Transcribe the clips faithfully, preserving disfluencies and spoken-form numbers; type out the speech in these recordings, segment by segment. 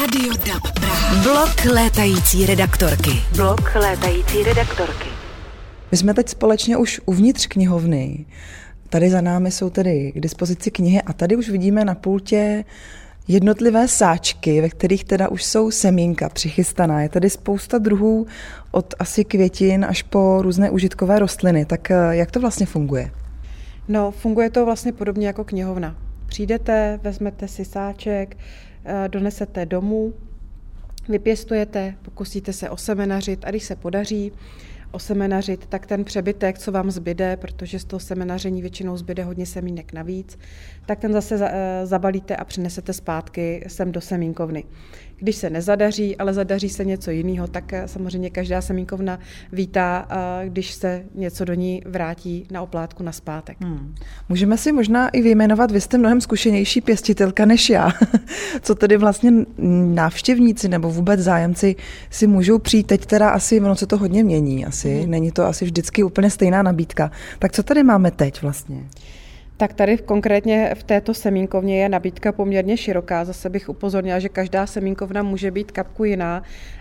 Radio DAB Praha. Blok létající redaktorky. Blok létající redaktorky. My jsme teď společně už uvnitř knihovny. Tady za námi jsou tedy k dispozici knihy a tady už vidíme na pultě jednotlivé sáčky, ve kterých teda už jsou semínka přichystaná. Je tady spousta druhů od asi květin až po různé užitkové rostliny. Tak jak to vlastně funguje? No, funguje to vlastně podobně jako knihovna. Přijdete, vezmete si sáček, donesete domů, vypěstujete, pokusíte se osemenařit a když se podaří osemenařit, tak ten přebytek, co vám zbyde, protože z toho semenaření většinou zbyde hodně semínek navíc, tak ten zase zabalíte a přinesete zpátky sem do semínkovny. Když se nezadaří, ale zadaří se něco jiného, tak samozřejmě každá semínkovna vítá, když se něco do ní vrátí na oplátku nazpátek. Hmm. Můžeme si možná i vyjmenovat, vy jste mnohem zkušenější pěstitelka než já. Co tedy vlastně návštěvníci nebo vůbec zájemci si můžou přijít? Teď teda asi, ono se to hodně mění asi, hmm. není to asi vždycky úplně stejná nabídka. Tak co tady máme teď vlastně? Tak tady konkrétně v této semínkovně je nabídka poměrně široká. Zase bych upozornila, že každá semínkovna může být kapku jiná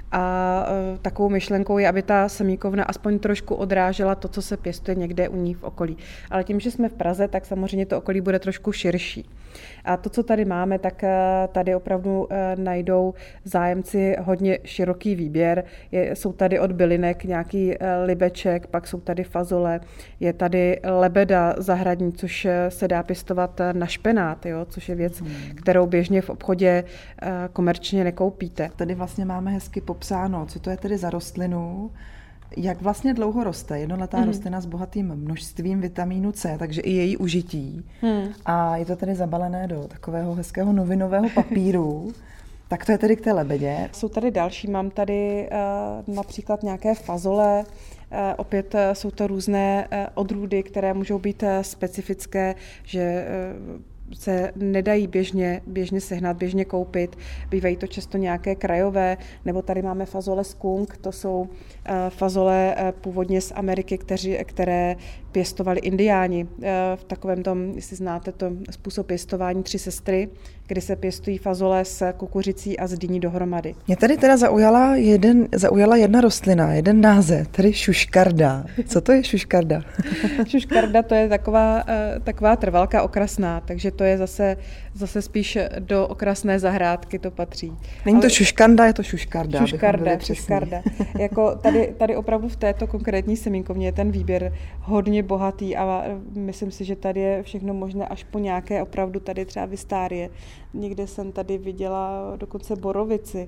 a e, takovou myšlenkou je, aby ta semínkovna aspoň trošku odrážela to, co se pěstuje někde u ní v okolí. Ale tím, že jsme v Praze, tak samozřejmě to okolí bude trošku širší. A to, co tady máme, tak tady opravdu e, najdou zájemci hodně široký výběr. Je, jsou tady od bylinek nějaký e, libeček, pak jsou tady fazole, je tady lebeda zahradní, což se dá pěstovat na špenát, jo, což je věc, hmm. kterou běžně v obchodě e, komerčně nekoupíte. Tady vlastně máme hezky popsáno, co to je tedy za rostlinu, jak vlastně dlouho roste. Jednoletá mm. rostlina s bohatým množstvím vitamínu C, takže i její užití. Mm. A je to tedy zabalené do takového hezkého novinového papíru. Tak to je tedy k té lebedě. Jsou tady další, mám tady uh, například nějaké fazole, uh, opět uh, jsou to různé uh, odrůdy, které můžou být uh, specifické, že uh, se nedají běžně, běžně sehnat, běžně koupit. Bývají to často nějaké krajové, nebo tady máme fazole skunk, to jsou uh, fazole uh, původně z Ameriky, kteři, které pěstovali indiáni. Uh, v takovém tom, jestli znáte to způsob pěstování tři sestry, kdy se pěstují fazole s kukuřicí a s dýní dohromady. Mě tady teda zaujala, jeden, zaujala jedna rostlina, jeden název, tedy šuškarda. Co to je šuškarda? Šuškarda to je taková, taková trvalka okrasná, takže to je zase, zase spíš do okrasné zahrádky to patří. Není to Ale... šuškanda, je to šuškarda. Šuškarda, šuškarda. Jako tady, tady opravdu v této konkrétní semínkovně je ten výběr hodně bohatý a myslím si, že tady je všechno možné až po nějaké opravdu tady třeba vistárie. Někde jsem tady viděla dokonce borovici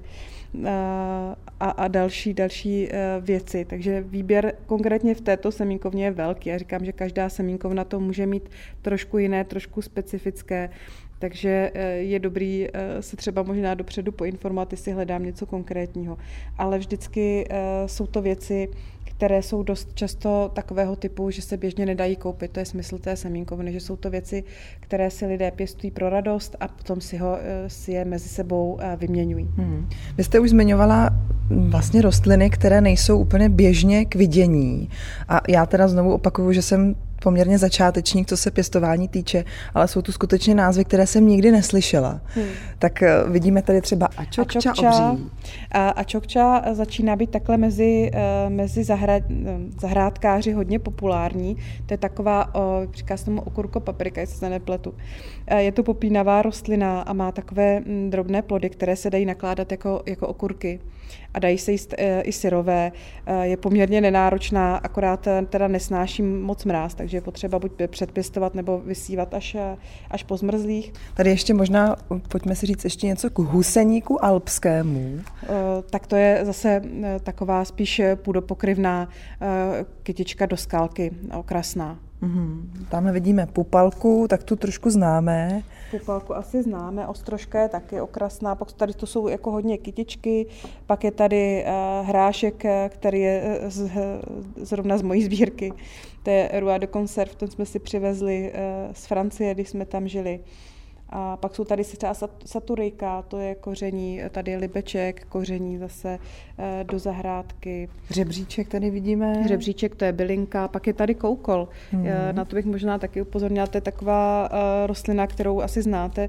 a, a další, další věci. Takže výběr konkrétně v této semínkovně je velký. Já říkám, že každá semínkovna to může mít trošku jiné, trošku specifické. Takže je dobrý se třeba možná dopředu poinformovat, jestli hledám něco konkrétního. Ale vždycky jsou to věci, které jsou dost často takového typu, že se běžně nedají koupit. To je smysl té semínkovny, že jsou to věci, které si lidé pěstují pro radost a potom si, ho, si je mezi sebou vyměňují. Hmm. Vy jste už zmiňovala vlastně rostliny, které nejsou úplně běžně k vidění. A já teda znovu opakuju, že jsem poměrně začátečník, co se pěstování týče, ale jsou tu skutečně názvy, které jsem nikdy neslyšela. Hmm. Tak vidíme tady třeba ačokča obří. A ačokča začíná být takhle mezi, mezi zahrad, zahrádkáři hodně populární. To je taková, říká se tomu okurko paprika, jestli se nepletu. Je to popínavá rostlina a má takové drobné plody, které se dají nakládat jako, jako okurky. A dají se jíst i syrové. Je poměrně nenáročná, akorát teda nesnáší moc mráz, takže je potřeba buď předpěstovat nebo vysívat až, až po zmrzlých. Tady ještě možná, pojďme si říct ještě něco k huseníku alpskému. Tak to je zase taková spíš půdopokryvná kytička do skalky, okrasná. Mm-hmm. Tamhle vidíme pupalku, tak tu trošku známe. Pupalku asi známe, ostrožka je taky okrasná, pak tady to jsou jako hodně kytičky, pak je tady uh, hrášek, který je z, zrovna z mojí sbírky, to je Roi de Conserve, ten jsme si přivezli uh, z Francie, když jsme tam žili. A pak jsou tady třeba saturejka, to je koření, tady je libeček, koření zase do zahrádky. Hřebříček tady vidíme. Hřebříček, to je bylinka, pak je tady koukol. Hmm. Na to bych možná taky upozornila, to je taková rostlina, kterou asi znáte.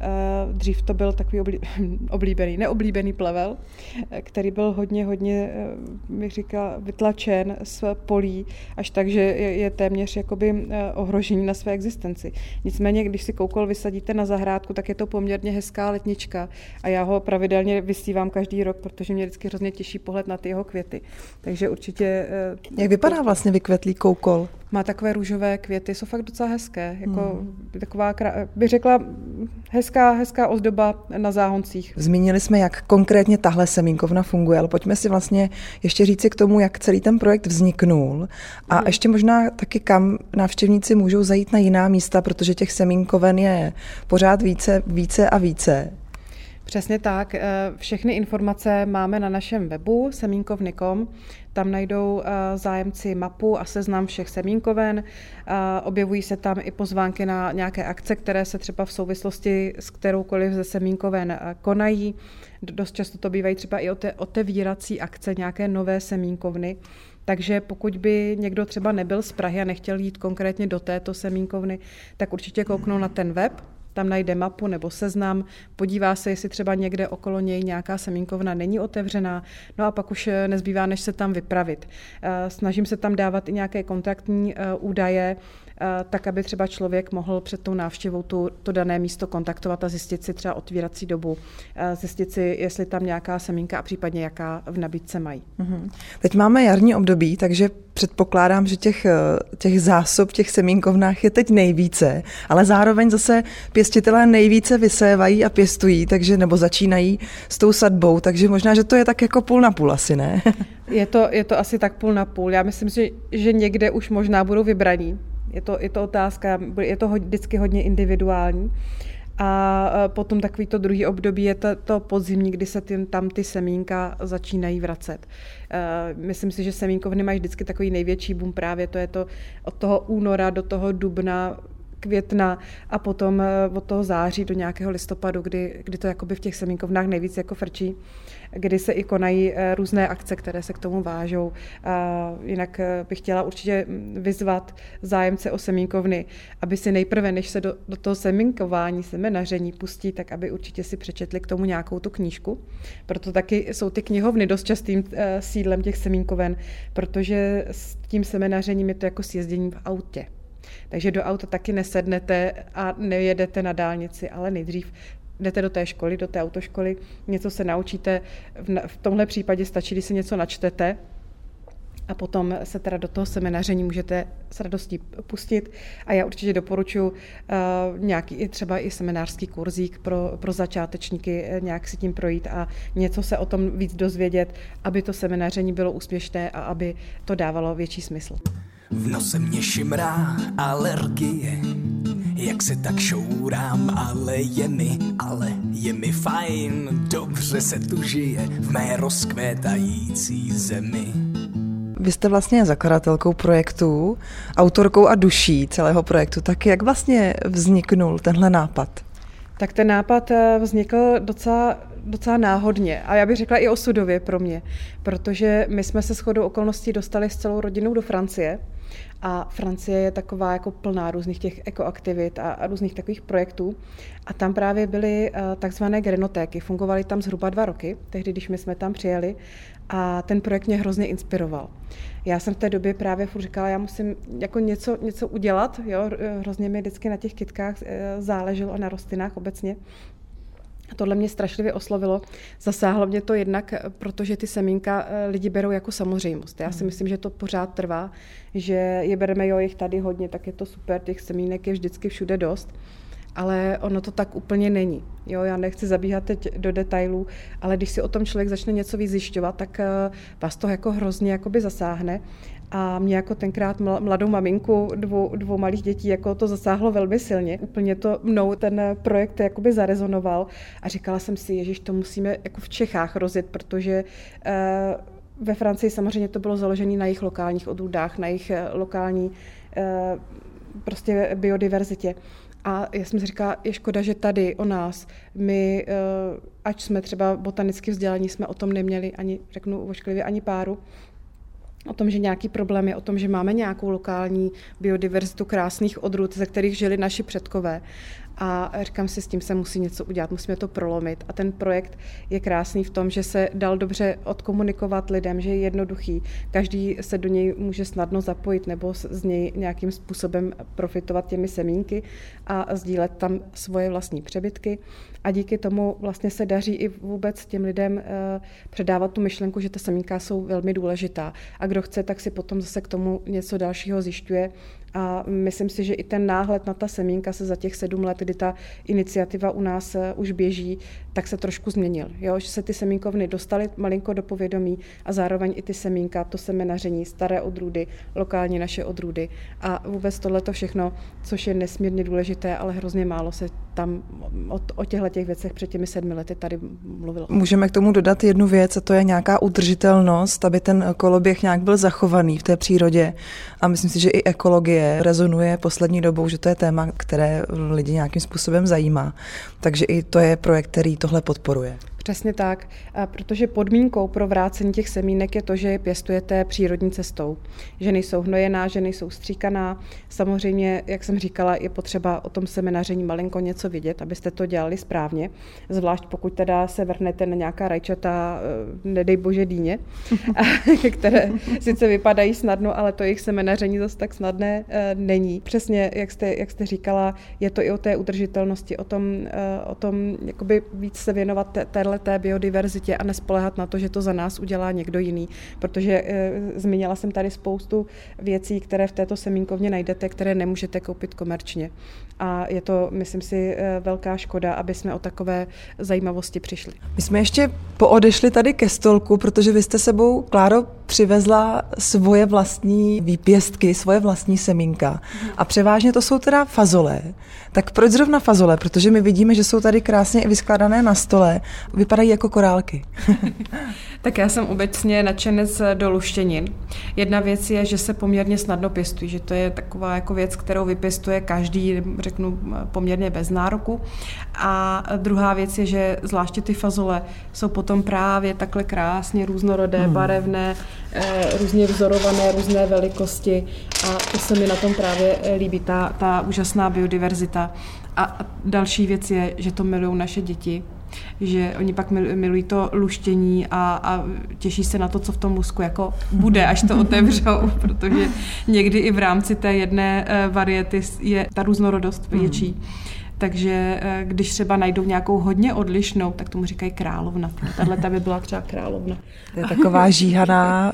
Dřív to byl takový oblíbený, neoblíbený plevel, který byl hodně, hodně, bych říkala, vytlačen z polí, až tak, že je téměř jakoby ohrožení na své existenci. Nicméně, když si koukol vysadíte na zahrádku, tak je to poměrně hezká letnička a já ho pravidelně vysívám každý rok, protože mě vždycky hrozně těší pohled na ty jeho květy. Takže určitě... Jak vypadá vlastně vykvetlý koukol? Má takové růžové květy, jsou fakt docela hezké. Jako hmm. taková, bych řekla, hezká, hezká ozdoba na záhoncích. Zmínili jsme, jak konkrétně tahle semínkovna funguje, ale pojďme si vlastně ještě říci k tomu, jak celý ten projekt vzniknul a hmm. ještě možná taky kam návštěvníci můžou zajít na jiná místa, protože těch semínkoven je pořád více, více a více. Přesně tak. Všechny informace máme na našem webu semínkovny tečka com. Tam najdou zájemci mapu a seznam všech semínkoven. Objevují se tam i pozvánky na nějaké akce, které se třeba v souvislosti s kteroukoliv ze semínkoven konají. Dost často to bývají třeba i otevírací akce, nějaké nové semínkovny. Takže pokud by někdo třeba nebyl z Prahy a nechtěl jít konkrétně do této semínkovny, tak určitě kouknou na ten web. Tam najde mapu nebo seznam, podívá se, jestli třeba někde okolo něj nějaká semínkovna není otevřená, no a pak už nezbývá, než se tam vypravit. Snažím se tam dávat i nějaké kontaktní údaje, tak aby třeba člověk mohl před tou návštěvou tu, to dané místo kontaktovat a zjistit si třeba otvírací dobu, zjistit si, jestli tam nějaká semínka a případně jaká v nabídce mají. Mhm. Teď máme jarní období, takže předpokládám, že těch, těch zásob, těch semínkovnách je teď nejvíce, ale zároveň zase pěstitelé nejvíce vysévají a pěstují, takže nebo začínají s tou sadbou, takže možná, že to je tak jako půl na půl asi, ne? Je to, je to asi tak půl na půl. Já myslím, že, že někde už možná budou vybraní. Je to, je to otázka, je to vždycky hodně individuální. A potom takový to druhý období je to, to podzimní, kdy se tím, tam ty semínka začínají vracet. Myslím si, že semínkovny mají vždycky takový největší boom právě, to je to od toho února do toho dubna, května a potom od toho září do nějakého listopadu, kdy, kdy to jakoby v těch semínkovnách nejvíc jako frčí, kdy se i konají různé akce, které se k tomu vážou. A jinak bych chtěla určitě vyzvat zájemce o semínkovny, aby si nejprve, než se do, do toho semínkování, semenaření pustí, tak aby určitě si přečetli k tomu nějakou tu knížku. Proto taky jsou ty knihovny dost častým sídlem těch semínkoven, protože s tím semenařením je to jako s jezděním v autě. Takže do auta taky nesednete a nejedete na dálnici, ale nejdřív jdete do té školy, do té autoškoly, něco se naučíte, v tomhle případě stačí, když si něco načtete a potom se teda do toho semenaření můžete s radostí pustit a já určitě doporučuji uh, nějaký třeba i seminářský kurzík pro, pro začátečníky, nějak si tím projít a něco se o tom víc dozvědět, aby to semenaření bylo úspěšné a aby to dávalo větší smysl. V nose mě šimrá alergie, jak se tak šourám, ale je mi, ale je mi fajn, dobře se tu žije v mé rozkvétající zemi. Vy jste vlastně zakladatelkou projektu, autorkou a duší celého projektu, tak jak vlastně vzniknul tenhle nápad? Tak ten nápad vznikl docela, docela náhodně a já bych řekla i osudově pro mě, protože my jsme se shodou okolností dostali s celou rodinou do Francie a Francie je taková jako plná různých těch ekoaktivit a, a různých takových projektů a tam právě byly uh, takzvané grenotéky, fungovaly tam zhruba dva roky, tehdy, když my jsme tam přijeli a ten projekt mě hrozně inspiroval. Já jsem v té době právě furt říkala, já musím jako něco, něco udělat, jo? Hrozně mi vždycky na těch kytkách záleželo a na rostlinách obecně. A tohle mě strašlivě oslovilo. Zasáhlo mě to jednak, protože ty semínka lidi berou jako samozřejmost. Já si myslím, že to pořád trvá, že je bereme, jo, jich tady hodně, tak je to super, těch semínek je vždycky všude dost. Ale ono to tak úplně není. Jo, já nechci zabíhat teď do detailů, ale když si o tom člověk začne něco víc zjišťovat, tak vás to jako hrozně jakoby zasáhne. A mě jako tenkrát mladou maminku dvou, dvou malých dětí jako to zasáhlo velmi silně. Úplně to mnou ten projekt jakoby zarezonoval a říkala jsem si, ježiš, to musíme jako v Čechách rozjet, protože eh, ve Francii samozřejmě to bylo založené na jejich lokálních odrůdách, na jejich lokální eh, prostě biodiverzitě. A já jsem si říkala, je škoda, že tady o nás, my, ať jsme třeba botanicky vzdělaní, jsme o tom neměli ani, řeknu ošklivě, ani páru, o tom, že nějaký problém je o tom, že máme nějakou lokální biodiverzitu krásných odrůd, ze kterých žili naši předkové. A říkám si, s tím se musí něco udělat, musíme to prolomit. A ten projekt je krásný v tom, že se dal dobře odkomunikovat lidem, že je jednoduchý. Každý se do něj může snadno zapojit nebo z něj nějakým způsobem profitovat těmi semínky a sdílet tam svoje vlastní přebytky. A díky tomu vlastně se daří i vůbec těm lidem předávat tu myšlenku, že ta semínka jsou velmi důležitá. A kdo chce, tak si potom zase k tomu něco dalšího zjišťuje. A myslím si, že i ten náhled na ta semínka se za těch sedm let, kdy ta iniciativa u nás už běží, tak se trošku změnil. Jo? Že se ty semínkovny dostaly malinko do povědomí a zároveň i ty semínka, to semenaření, staré odrůdy, lokální naše odrůdy a vůbec tohleto všechno, což je nesmírně důležité, ale hrozně málo se tam o, o těchto těch věcech před těmi sedmi lety tady mluvilo. Můžeme k tomu dodat jednu věc, a to je nějaká udržitelnost, aby ten koloběh nějak byl zachovaný v té přírodě. A myslím si, že i ekologie rezonuje poslední dobou, že to je téma, které lidi nějakým způsobem zajímá. Takže i to je projekt, který tohle podporuje. Přesně tak, protože podmínkou pro vrácení těch semínek je to, že je pěstujete přírodní cestou. Že nejsou hnojená, že nejsou stříkaná. Samozřejmě, jak jsem říkala, je potřeba o tom semenaření malinko něco vědět, abyste to dělali správně. Zvlášť pokud teda se vrhnete na nějaká rajčata, nedej bože dýně, které sice vypadají snadno, ale to jejich semenaření zase tak snadné není. Přesně, jak jste, jak jste říkala, je to i o té udržitelnosti, o tom, o tom jakoby víc se věnovat téhle té biodiverzitě a nespoléhat na to, že to za nás udělá někdo jiný, protože e, zmínila jsem tady spoustu věcí, které v této semínkovně najdete, které nemůžete koupit komerčně. A je to, myslím si, e, velká škoda, aby jsme o takové zajímavosti přišli. My jsme ještě poodešli tady ke stolku, protože vy jste sebou, Kláro, přivezla svoje vlastní výpěstky, svoje vlastní semínka. A převážně to jsou teda fazole. Tak proč zrovna fazole? Protože my vidíme, že jsou tady krásně i vyskladané na stole. Vypadají jako korálky. Tak já jsem obecně nadšenec do luštěnin. Jedna věc je, že se poměrně snadno pěstují, že to je taková jako věc, kterou vypěstuje každý, řeknu, poměrně bez nároku. A druhá věc je, že zvláště ty fazole jsou potom právě takhle krásně různorodé, hmm. barevné, různě vzorované, různé velikosti a to se mi na tom právě líbí, ta, ta úžasná biodiverzita. A další věc je, že to milují naše děti, že oni pak milují to luštění a, a těší se na to, co v tom lusku jako bude, až to otevřou, protože někdy i v rámci té jedné variety je ta různorodost větší. Hmm. Takže když třeba najdou nějakou hodně odlišnou, tak tomu říkají královna. Tahle ta by byla třeba královna. To je taková žíhaná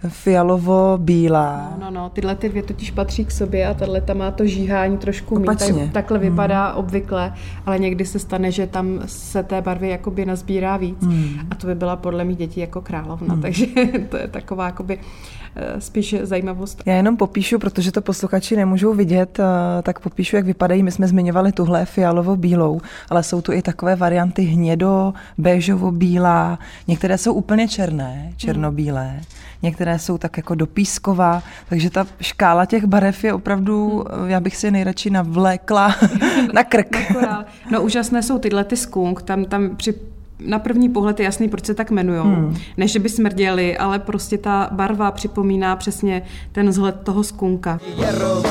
fialovo-bílá. No, no, tyhle ty dvě totiž patří k sobě a tahle ta má to žíhání trošku mít. Takhle vypadá hmm. obvykle, ale někdy se stane, že tam se té barvy jakoby nazbírá víc hmm. a to by byla podle mých dětí jako královna, hmm. takže to je taková jakoby spíš zajímavost. Já jenom popíšu, protože to posluchači nemůžou vidět, tak popíšu, jak vypadají. My jsme zmiňovali tuhle fialovo-bílou, ale jsou tu i takové varianty hnědo, béžovo-bílá, některé jsou úplně černé, černobílé, některé jsou tak jako do pískova, takže ta škála těch barev je opravdu, já bych si nejradši navlékla na krk. No úžasné jsou tyhle ty skunk, tam, tam při na první pohled je jasný, proč se tak jmenujou. Hmm. Ne, že by smrděli, ale prostě ta barva připomíná přesně ten vzhled toho skunka. Jaro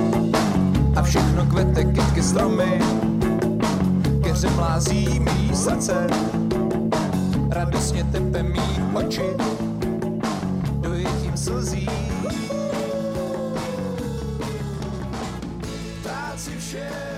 a všechno kvete, kytky, stromy, keře mlází mý srdce, radostně tepe mý oči, dojetím slzí. Ptáci vše